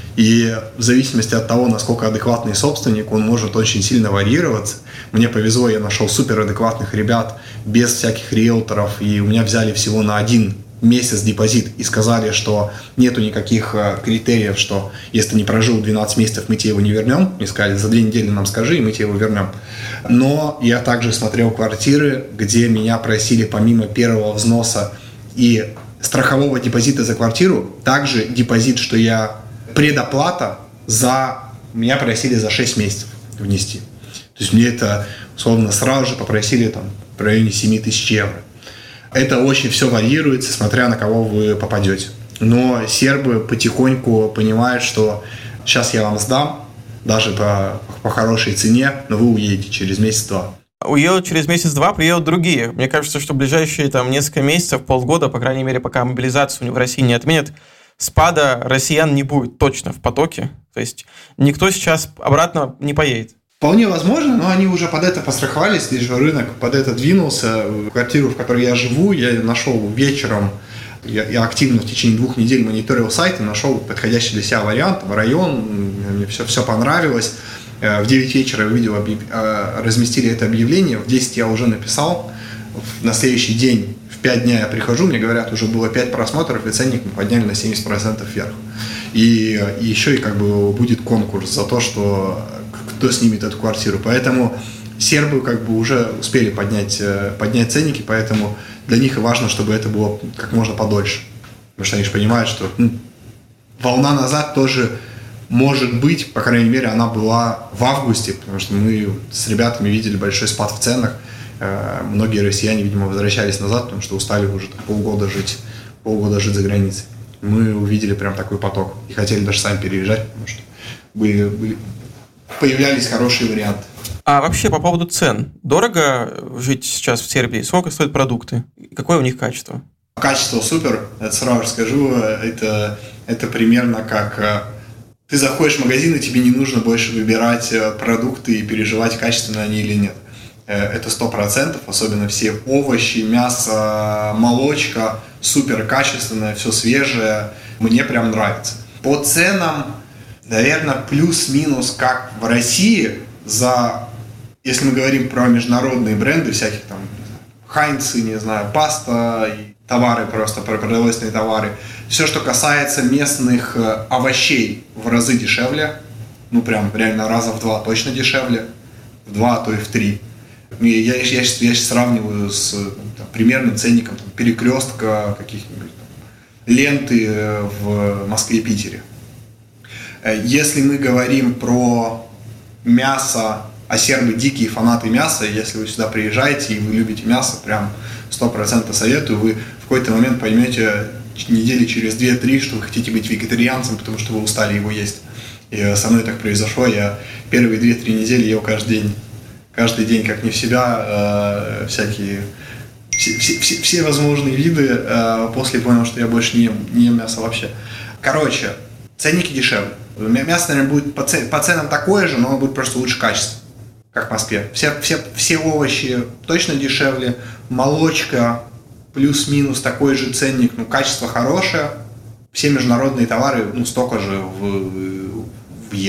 И в зависимости от того, насколько адекватный собственник, он может очень сильно варьироваться. Мне повезло, я нашел суперадекватных ребят без всяких риэлторов, и у меня взяли всего на один месяц депозит и сказали, что нету никаких критериев, что если ты не прожил двенадцать месяцев, мы тебе его не вернем. Мне сказали, за две недели нам скажи, и мы тебе его вернем. Но я также смотрел квартиры, где меня просили помимо первого взноса и страхового депозита за квартиру, также депозит, что я предоплата за... Меня просили за шесть месяцев внести. То есть мне это, условно, сразу же попросили там в районе семь тысяч евро. Это очень все варьируется, смотря на кого вы попадете. Но сербы потихоньку понимают, что сейчас я вам сдам, даже по, по хорошей цене, но вы уедете через месяц-два. Уедут через месяц-два, приедут другие. Мне кажется, что в ближайшие там, несколько месяцев, полгода, по крайней мере, пока мобилизацию в России не отменят, спада россиян не будет точно в потоке. То есть никто сейчас обратно не поедет. Вполне возможно, но они уже под это постраховались, здесь же рынок под это двинулся. Квартиру, в которой я живу, я нашел вечером, я, я активно в течение двух недель мониторил сайт и нашел подходящий для себя вариант, в район, мне все, все понравилось. В девять вечера я увидел, разместили это объявление, в десять я уже написал, на следующий день в пять дня я прихожу, мне говорят, уже было пять просмотров, и ценник мы подняли на семьдесят процентов вверх. И, и еще и как бы будет конкурс за то, что кто снимет эту квартиру. Поэтому сербы как бы уже успели поднять, поднять ценники, поэтому для них и важно, чтобы это было как можно подольше. Потому что они же понимают, что ну, волна назад тоже может быть, по крайней мере, она была в августе, потому что мы с ребятами видели большой спад в ценах. Многие россияне, видимо, возвращались назад, потому что устали уже полгода жить, полгода жить за границей. Мы увидели прям такой поток и хотели даже сами переезжать, потому что были, были, появлялись хорошие варианты. А вообще по поводу цен. Дорого жить сейчас в Сербии? Сколько стоят продукты? Какое у них качество? Качество супер, это сразу скажу. Это, это примерно как ты заходишь в магазин, и тебе не нужно больше выбирать продукты и переживать, качественные они или нет. Это сто процентов, особенно все овощи, мясо, молочка, супер качественное, все свежее. Мне прям нравится. По ценам, наверное, плюс-минус, как в России, за, если мы говорим про международные бренды, всяких там, Хайнцы, не знаю, паста, и товары просто, продовольственные товары. Все, что касается местных овощей, в разы дешевле. Ну, прям реально раза в два точно дешевле. В два, а то и в три. Я, я, я, я сейчас сравниваю с там, примерным ценником там, перекрестка, каких-нибудь там, ленты в Москве и Питере. Если мы говорим про мясо, а сербы дикие фанаты мяса, если вы сюда приезжаете и вы любите мясо, прям сто процентов советую, вы в какой-то момент поймете недели через две-три, что вы хотите быть вегетарианцем, потому что вы устали его есть. И со мной так произошло, я первые две-три недели ел каждый день. Каждый день, как не в себя, э, всякие, все, все, все возможные виды, э, после понял, что я больше не ем, не ем мясо вообще. Короче, ценники дешевле. Мясо, наверное, будет по, цен, по ценам такое же, но оно будет просто лучше качества, как в Москве. Все, все, все овощи точно дешевле, молочка плюс-минус такой же ценник, ну, качество хорошее. Все международные товары, ну, столько же в, в евро.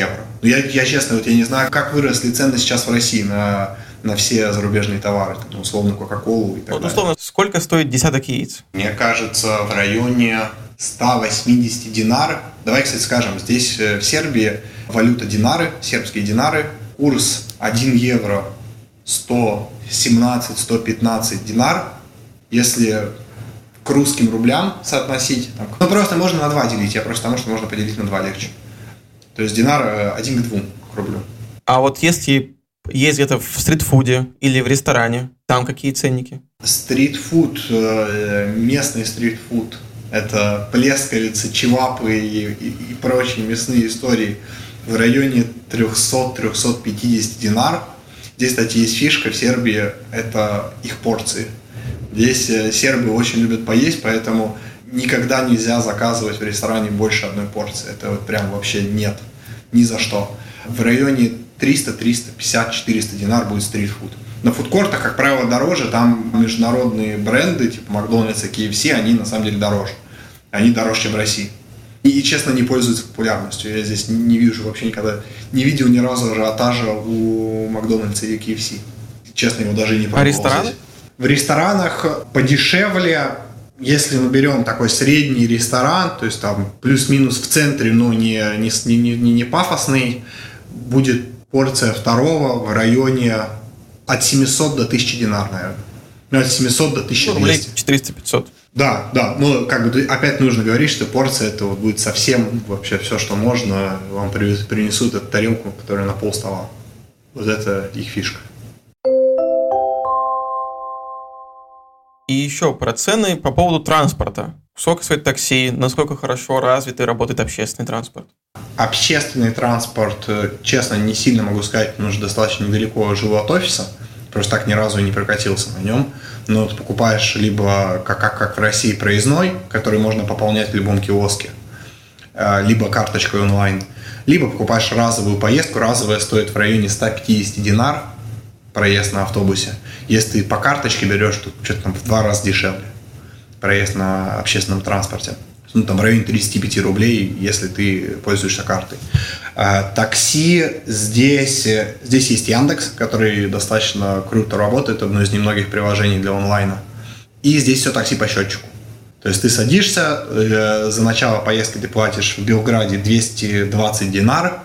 Но я, я честно, вот я не знаю, как выросли цены сейчас в России на, на все зарубежные товары, там, условно, Кока-Колу и так вот, далее. Условно, сколько стоит десяток яиц? Мне кажется, в районе сто восемьдесят динар. Давай, кстати, скажем, здесь в Сербии валюта динары, сербские динары, курс один евро сто семнадцать - сто пятнадцать динар. Если к русским рублям соотносить, там, ну просто можно на два делить, я просто потому что можно поделить на два легче. То есть динар один к двум к рублю. А вот если есть где-то в стритфуде или в ресторане, там какие ценники? Стритфуд, местный стритфуд, это плесковицы, чевапы и, и, и прочие мясные истории в районе триста - триста пятьдесят динар. Здесь, кстати, есть фишка в Сербии, это их порции. Здесь сербы очень любят поесть, поэтому никогда нельзя заказывать в ресторане больше одной порции. Это вот прям вообще нет, ни за что. В районе триста - триста пятьдесят - четыреста динар будет стритфуд. На фудкортах, как правило, дороже, там международные бренды, типа Макдональдс и кей эф си, они на самом деле дороже. Они дороже, чем в России. И, и, честно, не пользуются популярностью. Я здесь не вижу вообще никогда, не видел ни разу ажиотажа у Макдональдса или кей эф си. Честно, его даже не пробовал. А рестораны? Здесь. В ресторанах подешевле, если мы берем такой средний ресторан, то есть там плюс-минус в центре, но не, не, не, не, не пафосный, будет порция второго в районе от семисот до тысячи динар, наверное. Ну, от семисот до тысячи двухсот. Ну, четыреста - пятьсот. Да, да, ну как бы опять нужно говорить, что порция это вот будет совсем вообще все, что можно, вам принесут эту тарелку, которая на пол стола. Вот это их фишка. И еще про цены по поводу транспорта. Сколько стоит такси, насколько хорошо развит и работает общественный транспорт? Общественный транспорт, честно, не сильно могу сказать, потому что достаточно недалеко живу от офиса. Просто так ни разу и не прокатился на нем. Но ты покупаешь либо, как, как, как в России, проездной, который можно пополнять в любом киоске, либо карточкой онлайн, либо покупаешь разовую поездку. Разовая стоит в районе сто пятьдесят динар проезд на автобусе. Если ты по карточке берешь, то что-то там в два раза дешевле проезд на общественном транспорте. Ну, там в районе тридцать пять рублей, если ты пользуешься картой. А, такси здесь, здесь есть Яндекс, который достаточно круто работает, одно из немногих приложений для онлайна. И здесь все такси по счетчику. То есть ты садишься, э, за начало поездки ты платишь в Белграде двести двадцать динар,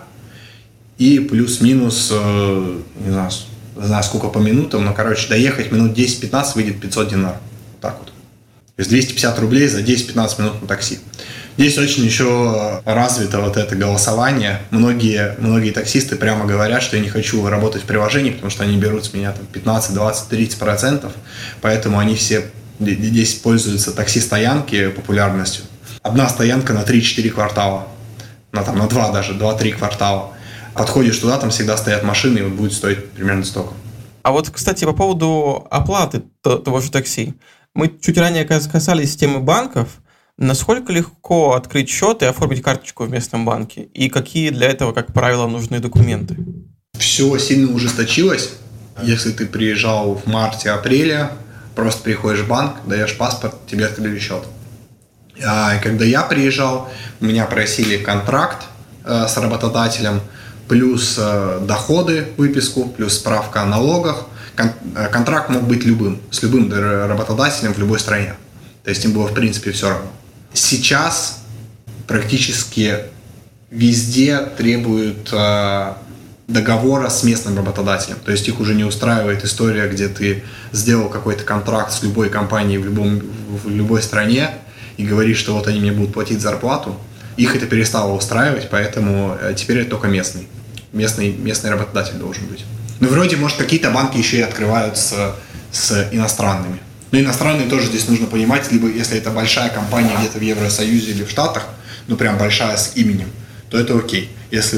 и плюс-минус, э, не знаю, не знаю сколько по минутам, но, короче, доехать минут десять-пятнадцать выйдет пятьсот динар. Вот так вот. То есть двести пятьдесят рублей за десять-пятнадцать минут на такси. Здесь очень еще развито вот это голосование. Многие, многие таксисты прямо говорят, что я не хочу работать в приложении, потому что они берут с меня там пятнадцать, двадцать, тридцать процентов. Поэтому они все здесь пользуются такси-стоянки популярностью. Одна стоянка на три-четыре квартала. На, там, на два даже, два-три квартала. Подходишь туда, там всегда стоят машины, и вот будет стоить примерно столько. А вот, кстати, по поводу оплаты того же такси. Мы чуть ранее касались темы банков. Насколько легко открыть счет и оформить карточку в местном банке? И какие для этого, как правило, нужны документы? Все сильно ужесточилось. Если ты приезжал в марте-апреле, просто приходишь в банк, даешь паспорт, тебе открыли счет. А когда я приезжал, меня просили контракт э, с работодателем, плюс э, доходы, выписку, плюс справка о налогах. Контракт мог быть любым, с любым работодателем в любой стране. То есть им было в принципе все равно. Сейчас практически везде требуют э, договора с местным работодателем. То есть их уже не устраивает история, где ты сделал какой-то контракт с любой компанией в, любом, в любой стране и говоришь, что вот они мне будут платить зарплату. Их это перестало устраивать, поэтому теперь это только местный. Местный, местный работодатель должен быть. Ну, вроде, может, какие-то банки еще и открывают с, с иностранными. Но иностранные тоже здесь нужно понимать, либо если это большая компания где-то в Евросоюзе или в Штатах, ну, прям большая с именем, то это окей. Если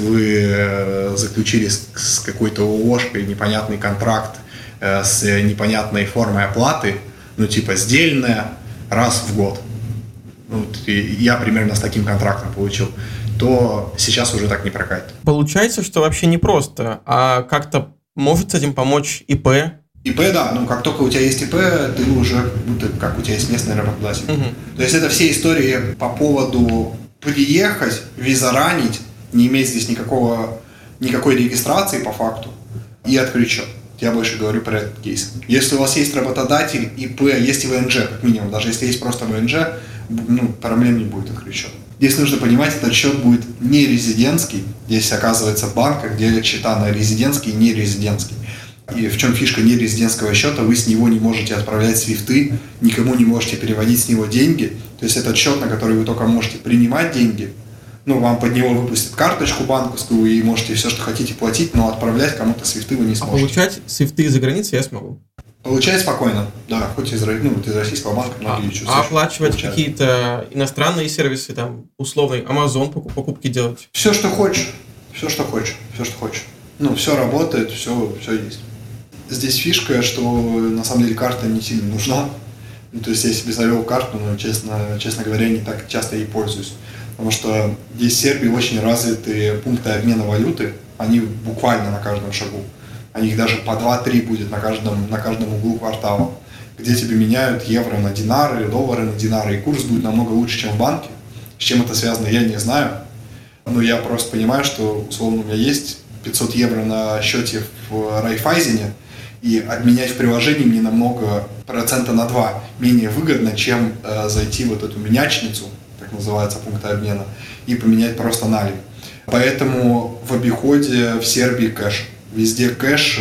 вы заключили с, с какой-то ООшкой непонятный контракт э, с непонятной формой оплаты, ну, типа сдельная раз в год, ну, я примерно с таким контрактом получил, то сейчас уже так не прокатит. Получается, что вообще не просто, а как-то может с этим помочь ИП? ИП, да, ну как только у тебя есть ИП, ты уже, будто как у тебя есть местный работодатель. Угу. То есть это все истории по поводу приехать, визаранить, не иметь здесь никакого никакой регистрации по факту и открыть счет. Я больше говорю про этот кейс. Если у вас есть работодатель, ИП, есть и ВНЖ, как минимум, даже если есть просто ВНЖ, ну, проблем не будет открыть счет. Здесь нужно понимать, этот счет будет не резидентский, если оказывается банк, где счета на резидентский и не резидентский. И в чем фишка нерезидентского счета, вы с него не можете отправлять свифты, никому не можете переводить с него деньги. То есть этот счет, на который вы только можете принимать деньги, ну, вам под него выпустят карточку банковскую, и можете все, что хотите, платить, но отправлять кому-то свифты вы не сможете. А получать свифты из-за границы я смогу? Получать спокойно, да, хоть из, ну, из российского банка многие а, чувствуют. А оплачивать получают. Какие-то иностранные сервисы, там, условный Amazon покупки делать? Все, что хочешь, все, что хочешь, все, что хочешь. Ну, все работает, все, все есть. Здесь фишка, что на самом деле карта не сильно нужна. Ну, то есть я себе завел карту, но, честно, честно говоря, не так часто ей пользуюсь. Потому что здесь в Сербии очень развиты пункты обмена валюты, они буквально на каждом шагу. А их даже по два-три будет на каждом, на каждом углу квартала, где тебе меняют евро на динары, доллары на динары, и курс будет намного лучше, чем в банке. С чем это связано, я не знаю. Но я просто понимаю, что, условно, у меня есть пятьсот евро на счете в Райфайзене, и обменять в приложении мне намного процента на два менее выгодно, чем э, зайти в вот эту менячницу, так называется, пункты обмена, и поменять просто налик. Поэтому в обиходе в Сербии кэш. Везде кэш.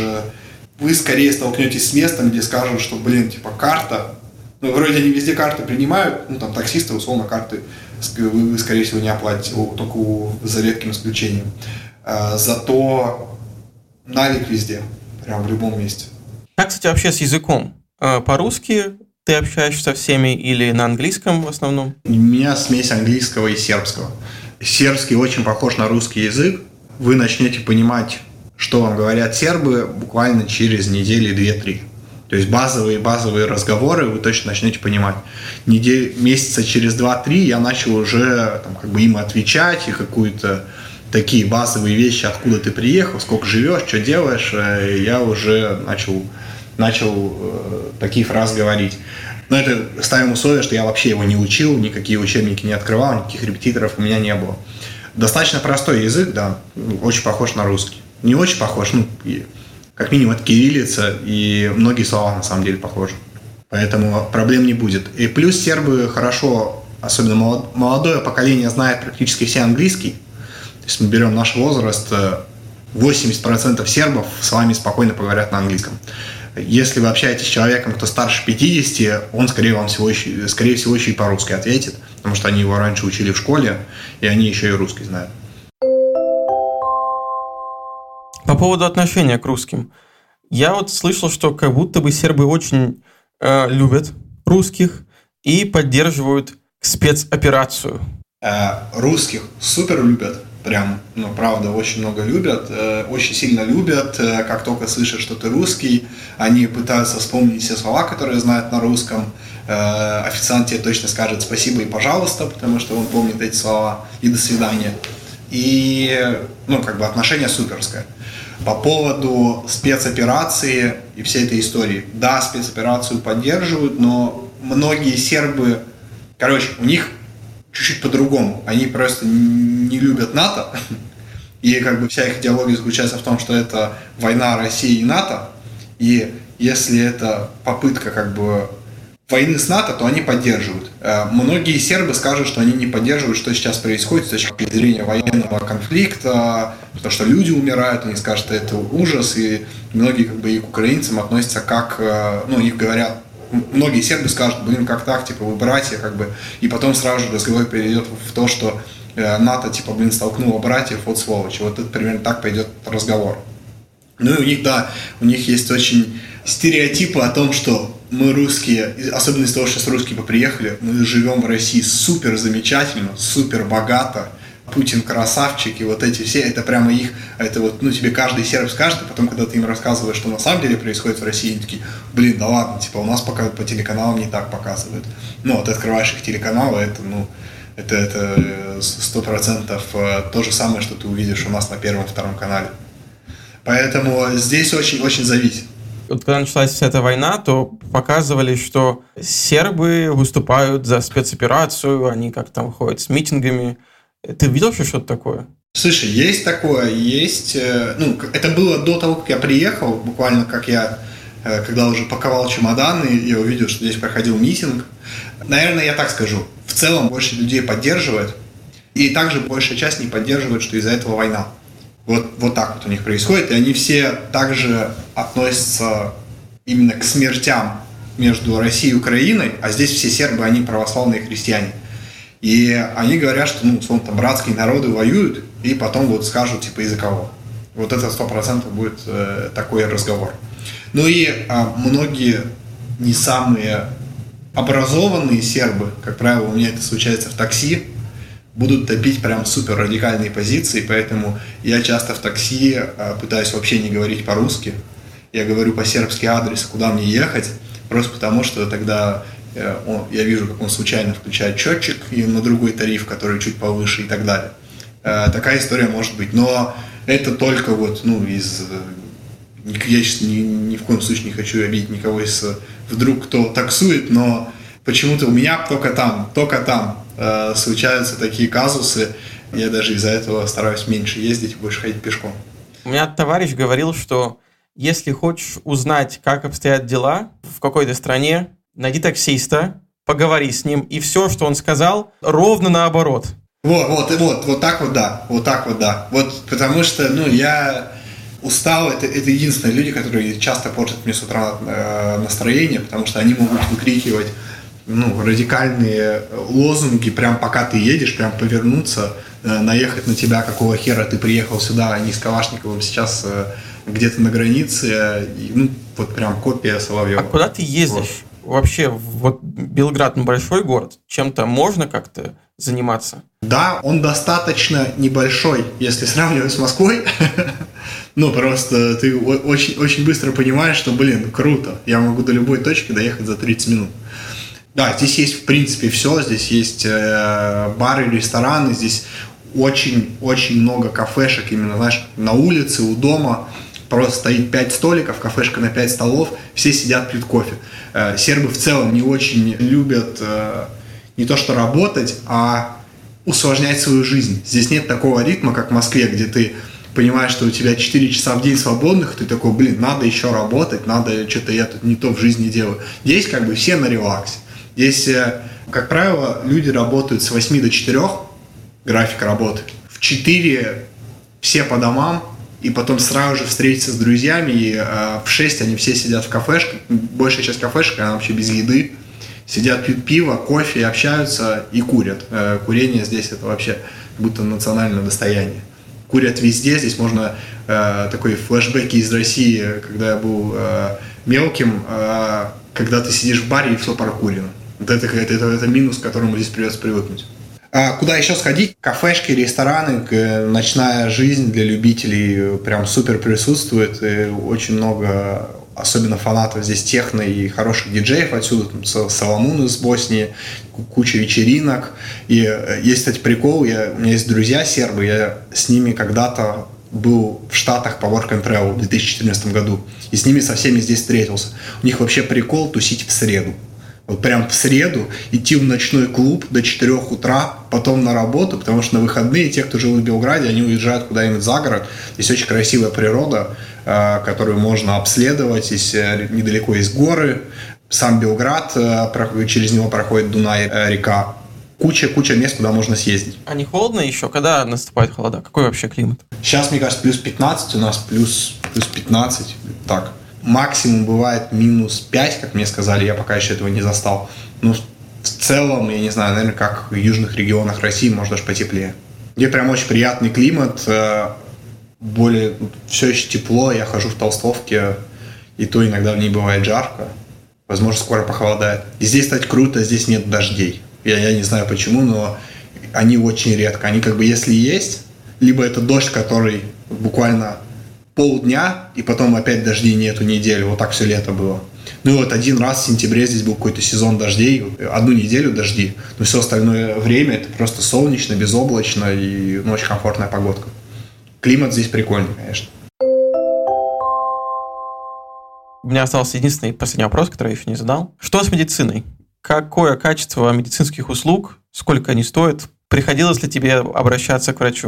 Вы скорее столкнетесь с местом, где скажут, что, блин, типа карта. Ну, вроде они везде карты принимают, ну, там таксисты, условно, карты вы, скорее всего, не оплатите, только за редким исключением. А, зато налик везде, прям в любом месте. Как, кстати, вообще с языком? По-русски ты общаешься со всеми или на английском в основном? У меня смесь английского и сербского. Сербский очень похож на русский язык. Вы начнете понимать, что вам говорят сербы, буквально через недели две-три. То есть базовые базовые разговоры вы точно начнете понимать. Недель, месяца через два-три я начал уже там, как бы им отвечать и какую-то такие базовые вещи, откуда ты приехал, сколько живешь, что делаешь, я уже начал, начал э, такие фразы говорить. Но это ставим условие, что я вообще его не учил, никакие учебники не открывал, никаких репетиторов у меня не было. Достаточно простой язык, да, очень похож на русский. Не очень похож, ну, как минимум это кириллица, и многие слова на самом деле похожи. Поэтому проблем не будет. И плюс сербы хорошо, особенно молодое поколение, знает практически все английский. То есть мы берем наш возраст, восемьдесят процентов сербов с вами спокойно поговорят на английском. Если вы общаетесь с человеком, кто старше пятидесяти, он скорее, вам всего еще, скорее всего еще и по-русски ответит, потому что они его раньше учили в школе, и они еще и русский знают. По поводу отношения к русским. Я вот слышал, что как будто бы сербы очень э, любят русских и поддерживают спецоперацию. Э, русских супер любят. Прям, ну, правда, очень много любят, э, очень сильно любят. Э, как только слышат, что ты русский, они пытаются вспомнить все слова, которые знают на русском. Э, официант тебе точно скажет спасибо и пожалуйста, потому что он помнит эти слова, и до свидания. И, ну, как бы отношение суперское. По поводу спецоперации и всей этой истории. Да, спецоперацию поддерживают, но многие сербы, короче, у них чуть-чуть по-другому. Они просто не любят НАТО. И как бы вся их идеология заключается в том, что это война России и НАТО. И если это попытка как бы войны с НАТО, то они поддерживают. Многие сербы скажут, что они не поддерживают, что сейчас происходит с точки зрения военного конфликта, потому что люди умирают, они скажут, что это ужас. И многие как бы и к украинцам относятся как, ну, их говорят, многие сербы скажут, блин, как так, типа, вы братья, как бы, и потом сразу же разговор перейдет в то, что НАТО, типа, блин, столкнуло братьев, вот сволочи. Вот это примерно так пойдет разговор. Ну и у них, да, у них есть очень стереотипы о том, что мы русские, особенно из-за того, что сейчас русские поприехали, мы живем в России супер замечательно, супер богато, Путин красавчик, и вот эти все, это прямо их, это вот, ну, тебе каждый серб скажет, а потом, когда ты им рассказываешь, что на самом деле происходит в России, они такие, блин, да ладно, типа, у нас пока по телеканалам не так показывают. Ну, вот ты открываешь их телеканалы, это, ну, это, это сто процентов то же самое, что ты увидишь у нас на первом, втором канале. Поэтому здесь очень-очень зависит. Вот когда началась вся эта война, то показывали, что сербы выступают за спецоперацию, они как там ходят с митингами. Ты видел вообще что-то такое? Слушай, есть такое, есть... Ну, это было до того, как я приехал, буквально как я, когда уже паковал чемоданы, я увидел, что здесь проходил митинг. Наверное, я так скажу. В целом больше людей поддерживает, и также большая часть не поддерживает, что из-за этого война. Вот, вот так вот у них происходит, и они все также относятся именно к смертям между Россией и Украиной, а здесь все сербы, они православные христиане. И они говорят, что, ну, условно, там братские народы воюют, и потом вот скажут, типа, из-за кого. Вот это сто процентов будет э, такой разговор. Ну и э, многие не самые образованные сербы, как правило, у меня это случается в такси, будут топить прям супер радикальные позиции, поэтому я часто в такси э, пытаюсь вообще не говорить по-русски. Я говорю по-сербски адрес, куда мне ехать, просто потому что тогда... Он, я вижу, как он случайно включает счетчик и на другой тариф, который чуть повыше и так далее. Э, такая история может быть. Но это только вот, ну, из... Я сейчас ни, ни в коем случае не хочу обидеть никого из вдруг, кто таксует, но почему-то у меня только там, только там э, случаются такие казусы. Я даже из-за этого стараюсь меньше ездить и больше ходить пешком. У меня товарищ говорил, что если хочешь узнать, как обстоят дела в какой-то стране, найди таксиста, поговори с ним, и все, что он сказал, ровно наоборот. Вот, вот, вот, вот так вот, да, вот так вот, да. Вот, потому что, ну, я устал, это, это единственные люди, которые часто портят мне с утра э, настроение, потому что они могут выкрикивать, ну, радикальные лозунги, прям пока ты едешь, прям повернуться, э, наехать на тебя, какого хера ты приехал сюда, они с Калашниковым сейчас э, где-то на границе, э, и, ну, вот прям копия Соловьева. А куда ты ездишь? Вот. Вообще, вот Белград большой город, чем-то можно как-то заниматься? Да, он достаточно небольшой, если сравнивать с Москвой. Ну, просто ты очень, очень быстро понимаешь, что, блин, круто, я могу до любой точки доехать за тридцать минут. Да, здесь есть, в принципе, все, здесь есть бары, рестораны, здесь очень-очень много кафешек, именно, знаешь, на улице, у дома. Просто стоит пять столиков, кафешка на пять столов, все сидят, пьют кофе. Сербы в целом не очень любят не то что работать, а усложнять свою жизнь. Здесь нет такого ритма, как в Москве, где ты понимаешь, что у тебя четыре часа в день свободных, ты такой, блин, надо еще работать, надо, что-то я тут не то в жизни делаю. Здесь как бы все на релаксе. Здесь, как правило, люди работают с восьми до четырёх, график работы. В четыре все по домам, и потом сразу же встретиться с друзьями, и э, в шесть они все сидят в кафешке, большая часть кафешек, она вообще без еды, сидят, пьют пиво, кофе, общаются и курят. Э, курение здесь это вообще будто национальное достояние. Курят везде, здесь можно э, такой флешбеки из России, когда я был э, мелким, э, когда ты сидишь в баре и все прокурено. Вот это, это, это, это минус, к которому здесь придется привыкнуть. А куда еще сходить? Кафешки, рестораны, ночная жизнь для любителей прям супер присутствует. И очень много, особенно фанатов здесь техно и хороших диджеев отсюда. Там Соломон из Боснии, куча вечеринок. И есть, кстати, прикол. Я, у меня есть друзья сербы, я с ними когда-то был в Штатах по Work and Travel в две тысячи четырнадцатом году. И с ними со всеми здесь встретился. У них вообще прикол тусить в среду. Вот прям в среду идти в ночной клуб до четырёх утра, потом на работу, потому что на выходные те, кто жил в Белграде, они уезжают куда-нибудь за город. Здесь очень красивая природа, которую можно обследовать. Здесь недалеко есть горы. Сам Белград, через него проходит Дунай, река. Куча-куча мест, куда можно съездить. А не холодно еще? Когда наступает холода? Какой вообще климат? Сейчас, мне кажется, плюс пятнадцать, у нас плюс, плюс пятнадцать, так. Максимум бывает минус пять, как мне сказали, я пока еще этого не застал. Но в целом, я не знаю, наверное, как в южных регионах России, может даже потеплее. Где прям очень приятный климат, более, все еще тепло, я хожу в толстовке, и то иногда в ней бывает жарко. Возможно, скоро похолодает. И здесь, кстати, круто, здесь нет дождей. Я, я не знаю почему, но они очень редко. Они как бы, если есть, либо это дождь, который буквально полдня, и потом опять дождей нету неделю. Вот так все лето было. Ну и вот один раз в сентябре здесь был какой-то сезон дождей, одну неделю дожди, но все остальное время это просто солнечно, безоблачно и ну, очень комфортная погодка. Климат здесь прикольный, конечно. У меня остался единственный последний вопрос, который я еще не задал. Что с медициной? Какое качество медицинских услуг? Сколько они стоят? Приходилось ли тебе обращаться к врачу?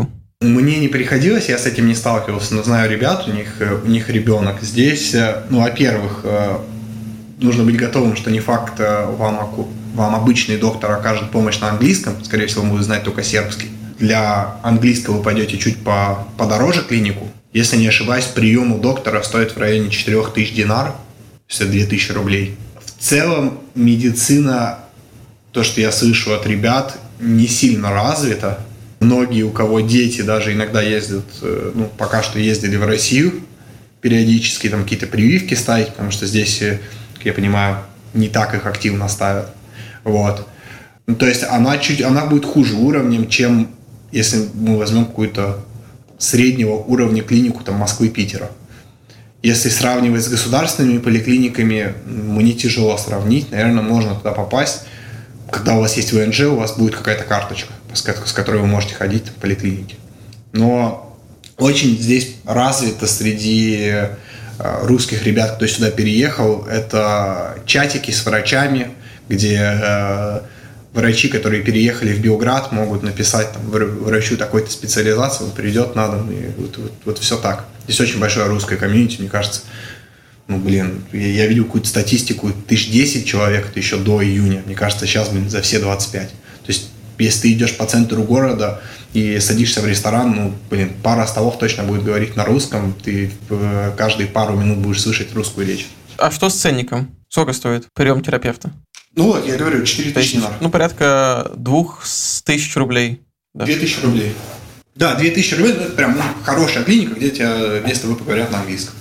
Мне не приходилось, я с этим не сталкивался, но знаю ребят, у них, у них ребенок. Здесь, ну, во-первых, нужно быть готовым, что не факт вам, вам обычный доктор окажет помощь на английском, скорее всего, он будет знать только сербский. Для английского вы пойдете чуть по, подороже клинику. Если не ошибаюсь, прием у доктора стоит в районе четыре тысячи динар, то есть это две тысячи рублей. В целом медицина, то, что я слышу от ребят, не сильно развита. Многие, у кого дети, даже иногда ездят, ну, пока что ездили в Россию, периодически там какие-то прививки ставить, потому что здесь, как я понимаю, не так их активно ставят. Вот. Ну, то есть она, чуть, она будет хуже уровнем, чем если мы возьмем какую-то среднего уровня клинику там, Москвы, Питера. Если сравнивать с государственными поликлиниками, мне тяжело сравнить. Наверное, можно туда попасть. Когда у вас есть вэ эн жэ, у вас будет какая-то карточка, с которой вы можете ходить в поликлинике. Но очень здесь развито среди русских ребят, кто сюда переехал, это чатики с врачами, где э, врачи, которые переехали в Белград, могут написать там, врачу такой-то специализации, он придет на дом, и вот, вот, вот все так. Здесь очень большое русское комьюнити, мне кажется. Ну, блин, я, я видел какую-то статистику, тысяч десять человек, это еще до июня. Мне кажется, сейчас, блин, за все двадцать пять. То есть, если ты идешь по центру города и садишься в ресторан, ну, блин, пара столов точно будет говорить на русском, ты каждые пару минут будешь слышать русскую речь. А что с ценником? Сколько стоит прием терапевта? Ну вот, я говорю, четыре тысячи динар. Ну, порядка двух тысяч рублей. Да. две тысячи рублей. Да, две тысячи рублей, ну, это прям ну, хорошая клиника, где тебя вместо вы поговорят на английском.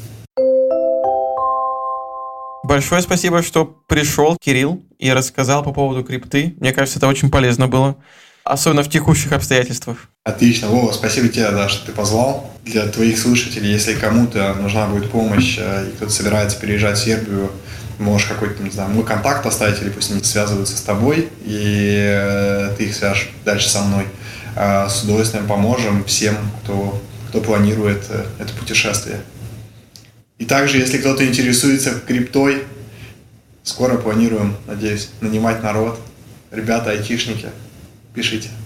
Большое спасибо, что пришел, Кирилл, и рассказал по поводу крипты. Мне кажется, это очень полезно было, особенно в текущих обстоятельствах. Отлично, Вова, спасибо тебе, да, что ты позвал. Для твоих слушателей, если кому-то нужна будет помощь, и кто-то собирается переезжать в Сербию, можешь какой-то, не знаю, мой контакт оставить, или пусть они связываются с тобой, и ты их свяжешь дальше со мной. С удовольствием поможем всем, кто, кто планирует это путешествие. И также, если кто-то интересуется криптой, скоро планируем, надеюсь, нанимать народ. Ребята, айтишники, пишите.